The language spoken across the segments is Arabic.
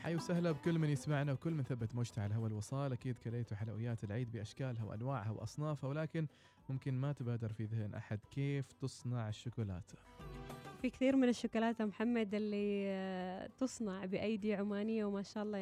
حي وسهلا بكل من يسمعنا وكل من ثبت موجته على هوا الوصال. أكيد كليتوا حلويات العيد بأشكالها وأنواعها وأصنافها، ولكن ممكن ما تبادر في ذهن أحد كيف تصنع الشوكولاتة. في كثير من الشوكولاتة محمد اللي تصنع بأيدي عمانية وما شاء الله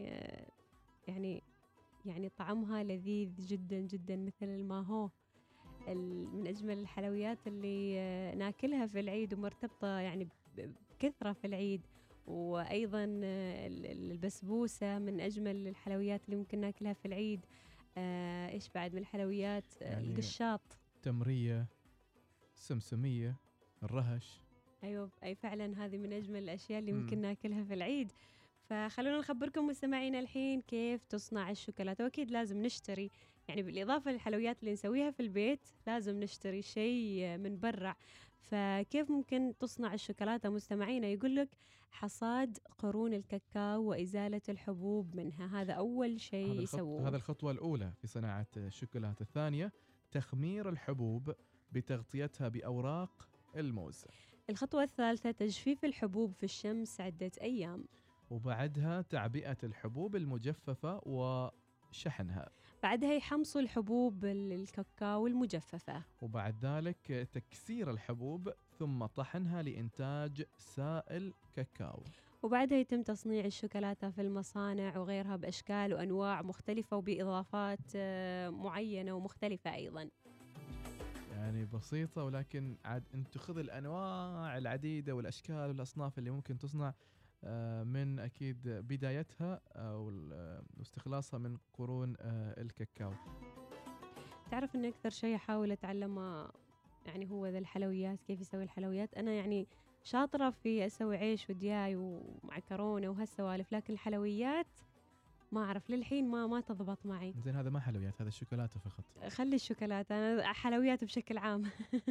يعني يعني طعمها لذيذ جدا جدا، مثل ما هو من أجمل الحلويات اللي ناكلها في العيد ومرتبطة يعني بكثرة في العيد. وأيضا البسبوسة من أجمل الحلويات اللي ممكن ناكلها في العيد. إيش بعد من الحلويات؟ يعني القشاط، تمرية، سمسمية، الرهش. أيوة أي فعلا هذه من أجمل الأشياء اللي ممكن ناكلها في العيد. فخلونا نخبركم مستمعينا الحين كيف تصنع الشوكولاتة. وأكيد لازم نشتري، يعني بالإضافة للحلويات اللي نسويها في البيت لازم نشتري شيء من برا. فكيف ممكن تصنع الشوكولاتة مستمعينا؟ يقولك حصاد قرون الكاكاو وإزالة الحبوب منها، هذا أول شيء يسووه. هذا الخطوة الأولى في صناعة الشوكولاتة. الثانية تخمير الحبوب بتغطيتها بأوراق الموز. الخطوة الثالثة تجفيف الحبوب في الشمس عدة أيام. وبعدها تعبئة الحبوب المجففة وشحنها. بعدها يحمصوا الحبوب الكاكاو المجففة. وبعد ذلك تكسير الحبوب ثم طحنها لإنتاج سائل كاكاو. وبعدها يتم تصنيع الشوكولاتة في المصانع وغيرها بأشكال وأنواع مختلفة وبإضافات معينة ومختلفة أيضا. يعني بسيطة، ولكن عاد أنت خذ الأنواع العديدة والأشكال والأصناف اللي ممكن تصنع من أكيد بدايتها واستخلاصها من قرون الكاكاو. تعرف أن أكثر شيء أحاول أتعلمه يعني هو ذا الحلويات، كيف يسوي الحلويات. أنا يعني شاطرة في أسوي عيش ودياي ومعكرونة وهالسوالف، لكن الحلويات ما أعرف للحين ما تضبط معي. زين هذا ما حلويات، هذا الشوكولاتة فقط. خلي الشوكولاتة، أنا حلويات بشكل عام.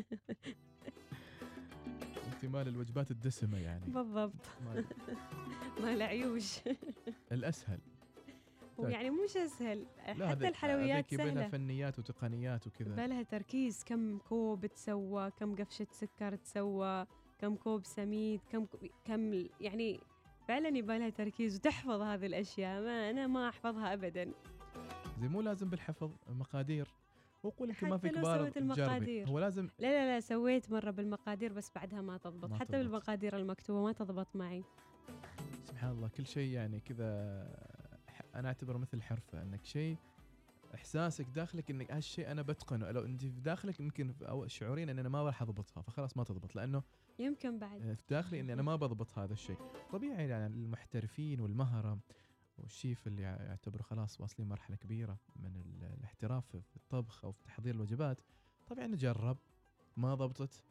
انت مال الوجبات الدسمة يعني. بالضبط. مال عيوش. الأسهل ويعني مش أسهل، حتى الحلويات سهلة، بلها فنيات وتقنيات وكذا، بلها تركيز. كم كوب تسوى، كم قفشة سكر تسوى، كم كوب سميد، كم يعني فعلا يبالها تركيز وتحفظ هذه الأشياء. أنا ما أحفظها أبدا. زي مو لازم بالحفظ مقادير. وقول انت ما فيك بارد المقادير. هو لازم. لا سويت مرة بالمقادير بس بعدها ما تضبط، حتى بالمقادير المكتوبة ما تضبط معي. سبحان الله، كل شيء يعني كذا. أنا أعتبره مثل حرفة، أنك شيء إحساسك داخلك أنك هالشيء أنا بتقنه، لو أنت في داخلك يمكن أو شعورين أن أنا ما راح أضبطها فخلاص ما تضبط، لأنه يمكن بعد في داخلي أني أنا ما بضبط هذا الشيء. طبيعي يعني المحترفين والمهرة والشيف اللي يعتبروا خلاص واصلين مرحلة كبيرة من الاحتراف في الطبخ أو في تحضير الوجبات، طبعا نجرب ما ضبطت.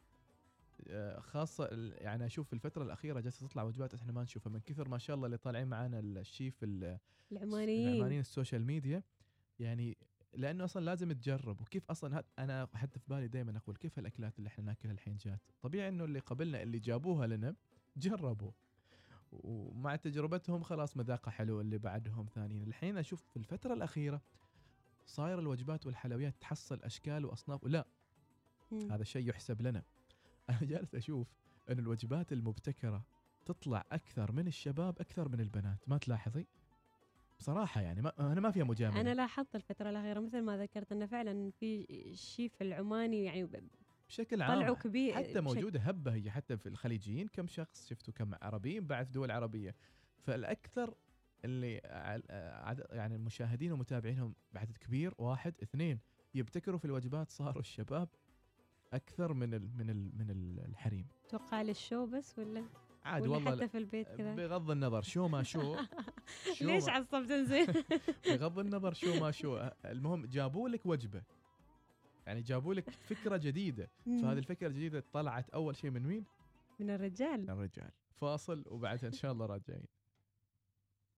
خاصة يعني أشوف في الفترة الأخيرة جالسة تطلع وجبات إحنا ما نشوفها من كثر ما شاء الله اللي طالعين معانا الشيف العمانيين السوشيال ميديا. يعني لأنه أصلا لازم تجرب. وكيف أصلا أنا حتى في بالي دائما أقول كيف الأكلات اللي إحنا ناكلها الحين جات، طبيعي إنه اللي قبلنا اللي جابوها لنا جربوا ومع تجربتهم خلاص مذاقها حلو، اللي بعدهم ثانيين. الحين أشوف في الفترة الأخيرة صاير الوجبات والحلويات تحصل أشكال وأصناف، لا هذا الشيء يحسب لنا. أنا جالس أشوف أن الوجبات المبتكرة تطلع أكثر من الشباب أكثر من البنات، ما تلاحظي؟ بصراحة يعني أنا ما فيها مجاملة. أنا لاحظت الفترة الأخيرة مثل ما ذكرت أنه فعلا في الشيف العماني يعني بشكل عام طلعوا كبير، حتى موجودة هبة هي حتى في الخليجيين. كم شخص شفتوا كم عربيين بعد في دول عربية، فالأكثر اللي يعني المشاهدين ومتابعينهم بعدد كبير، 1 2 يبتكروا في الوجبات صاروا الشباب أكثر من الحريم. توقع للشو بس ولا عاد والله حتى في البيت كذا؟ بغض النظر شو ما شو. ليش عصبت زين؟ بغض النظر شو ما شو، المهم جابوا لك وجبة، يعني جابوا لك فكرة جديدة. فهذه الفكرة الجديدة طلعت أول شيء من مين؟ من الرجال. فاصل وبعدها إن شاء الله راجعين.